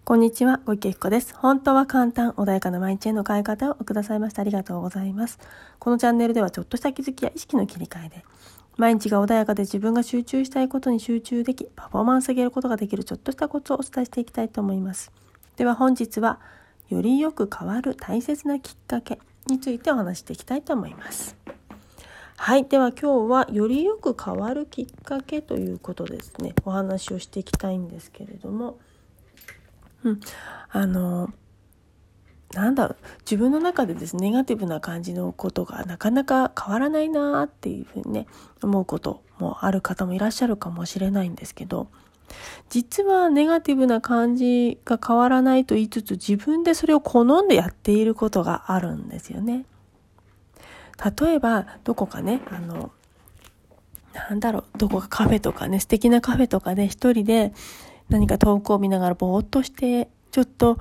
こんにちは、小池彦です。本当は簡単、穏やかな毎日への変え方をくださいましてありがとうございます。このチャンネルではちょっとした気づきや意識の切り替えで、毎日が穏やかで自分が集中したいことに集中でき、パフォーマンスを上げることができるちょっとしたコツをお伝えしていきたいと思います。では本日は、よりよく変わる大切なきっかけについてお話していきたいと思います。はい。では今日はよりよく変わるきっかけということですね、お話をしていきたいんですけれども、自分の中でですね、ネガティブな感じのことがなかなか変わらないなっていうふうにね、思うこともある方もいらっしゃるかもしれないんですけど、実はネガティブな感じが変わらないと言いつつ、自分でそれを好んでやっていることがあるんですよね。例えば、どこかね、どこかカフェとかね、素敵なカフェとかで一人で何か遠くを見ながらぼーっとして、ちょっと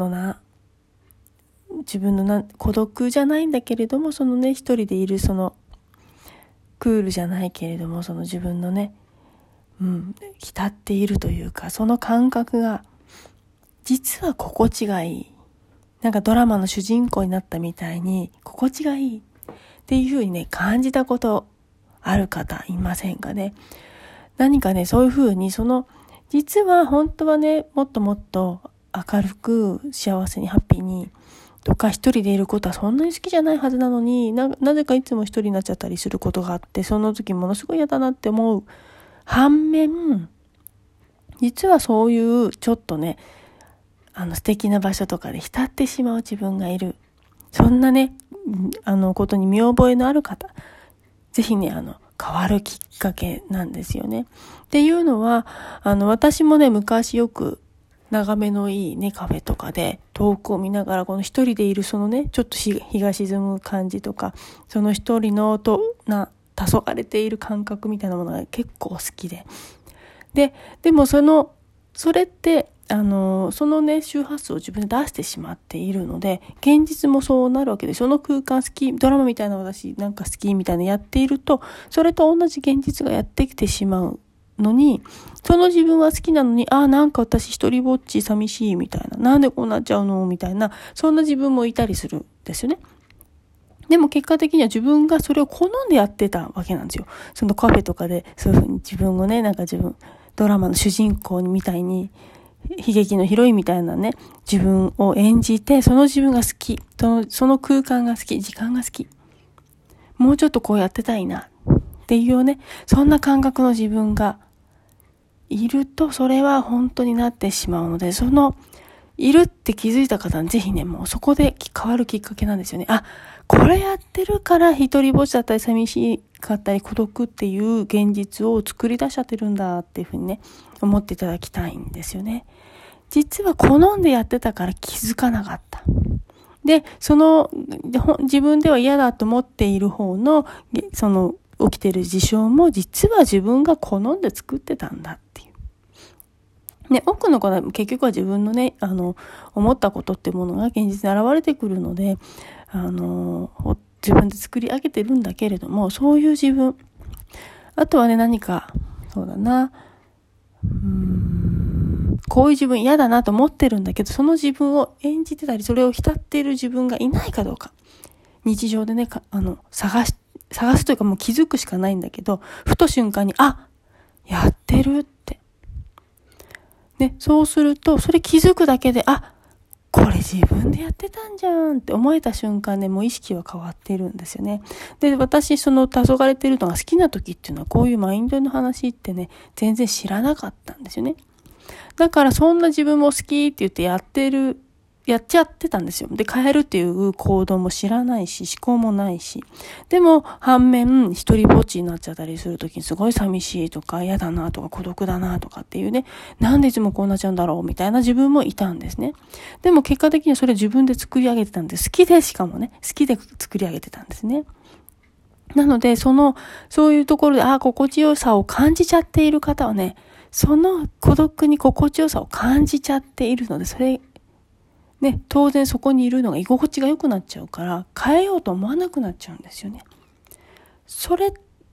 自分の孤独じゃないんだけれども、一人でいるクールじゃないけれども、自分のね、浸っているというか、その感覚が実は心地がいい。なんかドラマの主人公になったみたいに心地がいいっていうふうにね、感じたことある方いませんかね。何かね、そういうふうに実は本当はね、もっともっと明るく幸せにハッピーにとか一人でいることはそんなに好きじゃないはずなのに、なぜかいつも一人になっちゃったりすることがあって、その時ものすごい嫌だなって思う反面、実はそういうちょっとね、素敵な場所とかで浸ってしまう自分がいる。そんなね、ことに見覚えのある方、ぜひね、変わるきっかけなんですよね。っていうのは、私もね、昔よく眺めのいいね、カフェとかで遠くを見ながら、この一人でいるちょっと日が沈む感じとか、その一人の黄昏れている感覚みたいなものが結構好きで。でもそれって、そのね、周波数を自分で出してしまっているので、現実もそうなるわけで、その空間好き、ドラマみたいな私なんか好きみたいなやっていると、それと同じ現実がやってきてしまうのに、その自分は好きなのに、なんか私一人ぼっち寂しいみたいな、なんでこうなっちゃうのみたいな、そんな自分もいたりするんですよね。でも結果的には自分がそれを好んでやってたわけなんですよ。そのカフェとかでそういうふうに自分をね、ドラマの主人公みたいに、悲劇のヒロインみたいなね、自分を演じて、その自分が好き、その空間が好き、時間が好き。もうちょっとこうやってたいな、っていうね、そんな感覚の自分がいると、それは本当になってしまうので、いるって気づいた方はぜひね、もうそこで変わるきっかけなんですよね。これやってるから一人ぼっちだったり寂しかったり孤独っていう現実を作り出しちゃってるんだっていうふうにね、思っていただきたいんですよね。実は好んでやってたから気づかなかった。で、自分では嫌だと思っている方の、起きてる事象も実は自分が好んで作ってたんだっていう。ね、多くの子は結局は自分のね、思ったことってものが現実に現れてくるので、自分で作り上げてるんだけれども、そういう自分。あとはね、こういう自分嫌だなと思ってるんだけど、その自分を演じてたり、それを浸っている自分がいないかどうか。日常でね、探すというかもう気づくしかないんだけど、ふと瞬間に、やってるって。ね、そうすると、それ気づくだけで、これ自分でやってたんじゃんって思えた瞬間ね、もう意識は変わっているんですよね。で、私、黄昏てるのが好きな時っていうのは、こういうマインドの話ってね、全然知らなかったんですよね。だからそんな自分も好きって言ってやっちゃってたんですよ。で、変えるっていう行動も知らないし、思考もないし。でも、反面、一人ぼっちになっちゃったりするときにすごい寂しいとか、嫌だなとか、孤独だなとかっていうね、なんでいつもこうなっちゃうんだろうみたいな自分もいたんですね。でも結果的にはそれ自分で作り上げてたんで、好きで作り上げてたんですね。なので、そういうところで、心地よさを感じちゃっている方はね、その孤独に心地よさを感じちゃっているので、それ、ね、当然そこにいるのが居心地が良くなっちゃうから、変えようと思わなくなっちゃうんですよね。それっ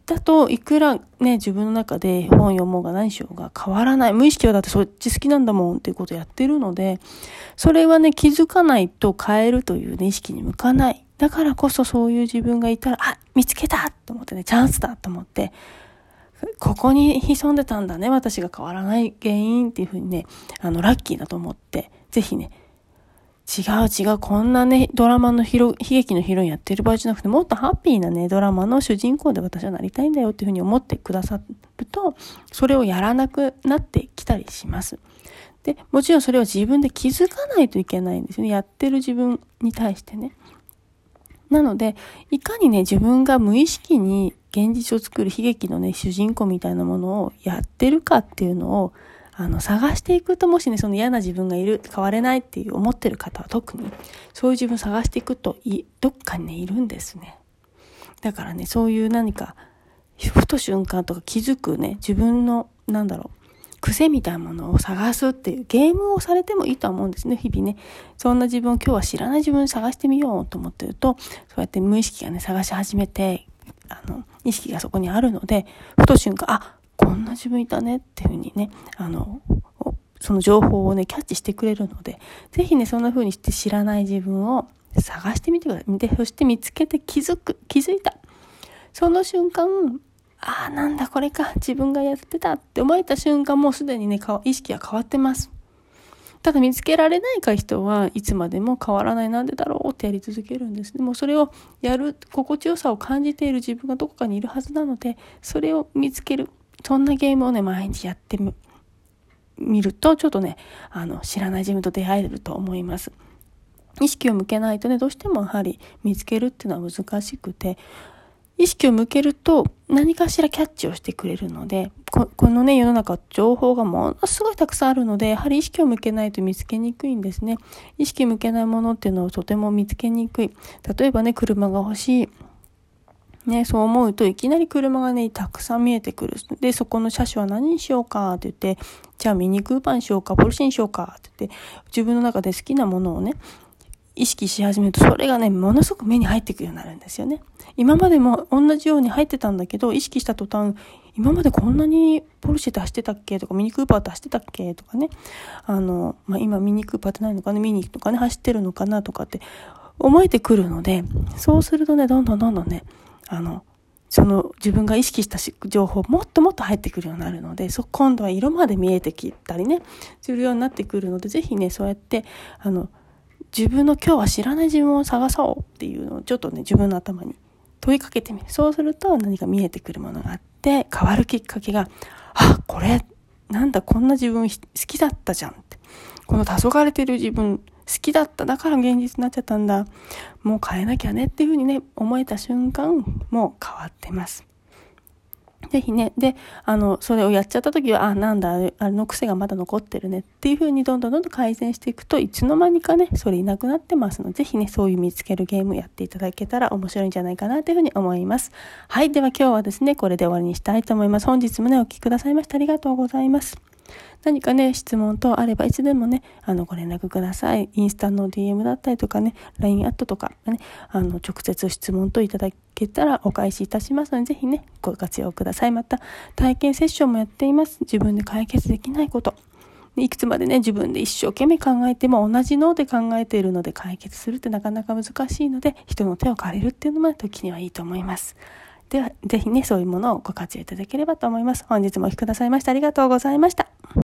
だといくらね、自分の中で本読もうが何しようが変わらない。無意識はだってそっち好きなんだもんっていうことをやってるので、それはね、気づかないと変えるという、ね、意識に向かない。だからこそそういう自分がいたら、あ、見つけたと思ってね、チャンスだと思って、ここに潜んでたんだね、私が変わらない原因っていうふうにね、ラッキーだと思って、ぜひね、違う、こんなね、ドラマの悲劇のヒロインやってる場合じゃなくて、もっとハッピーなね、ドラマの主人公で私はなりたいんだよっていうふうに思ってくださると、それをやらなくなってきたりします。で、もちろんそれは自分で気づかないといけないんですよね。やってる自分に対してね。なので、いかにね、自分が無意識に現実を作る悲劇のね、主人公みたいなものをやってるかっていうのを、探していくと、もしね、その嫌な自分がいる、変われないっていう思ってる方は特に、そういう自分探していくと、どっかにね、いるんですね。だからね、そういう何か、ふと瞬間とか気づくね、自分の、癖みたいなものを探すっていうゲームをされてもいいと思うんですね、日々ね。そんな自分を今日は知らない自分を探してみようと思ってると、そうやって無意識がね、探し始めて、意識がそこにあるので、ふと瞬間、あ、こんな自分いたねっていうふうにね、その情報をね、キャッチしてくれるので、ぜひね、そんな風にして知らない自分を探してみてください。で、そして見つけて気づいた。その瞬間、ああ、なんだこれか、自分がやってたって思えた瞬間、もうすでにね、意識が変わってます。ただ見つけられない人はいつまでも変わらない、なんでだろうってやり続けるんです。でもそれをやる心地よさを感じている自分がどこかにいるはずなので、それを見つける。そんなゲームをね、毎日やってみると、ちょっとね、知らない自分と出会えると思います。意識を向けないとね、どうしてもやはり見つけるっていうのは難しくて、意識を向けると何かしらキャッチをしてくれるので、このね、世の中情報がものすごいたくさんあるので、やはり意識を向けないと見つけにくいんですね。意識を向けないものっていうのをとても見つけにくい。例えばね、車が欲しい。ね、そう思うといきなり車がね、たくさん見えてくる。で、そこの車種は何にしようかって言って、じゃあミニクーパーにしようか、ポルシェにしようかって言って、自分の中で好きなものをね、意識し始めると、それがね、ものすごく目に入ってくるようになるんですよね。今までも同じように入ってたんだけど、意識した途端、今までこんなにポルシェって走ってたっけとか、ミニクーパーって走ってたっけとかね。今ミニクーパーってないのかね、ミニとかね、走ってるのかなとかって思えてくるので、そうするとね、どんどんね、その自分が意識した情報もっともっと入ってくるようになるので、今度は色まで見えてきたりね、するようになってくるので、ぜひね、そうやって、自分の今日は知らない自分を探そうっていうのをちょっとね、自分の頭に問いかけてみる。そうすると何か見えてくるものがあって、変わるきっかけが、あ、これ、なんだ、こんな自分好きだったじゃんって。この黄昏てる自分好きだった。だから現実になっちゃったんだ。もう変えなきゃねっていうふうにね、思えた瞬間、もう変わってます。ぜひね、で、それをやっちゃった時は、なんだ、あの癖がまだ残ってるねっていう風にどんどん改善していくと、いつの間にかね、それいなくなってますので、ぜひね、そういう見つけるゲームやっていただけたら面白いんじゃないかなという風に思います。はい、では今日はですね、これで終わりにしたいと思います。本日もね、お聞きくださいましてありがとうございます。何かね、質問等あればいつでもね、ご連絡ください。インスタの DM だったりとかね、LINE アットとかね、直接質問等いただけたらお返しいたしますので、ぜひね、ご活用ください。また、体験セッションもやっています。自分で解決できないこと。いくつまでね、自分で一生懸命考えても同じ脳で考えているので解決するってなかなか難しいので、人の手を借りるっていうのも時にはいいと思います。では、ぜひね、そういうものをご活用いただければと思います。本日もお聞きくださいましてありがとうございました。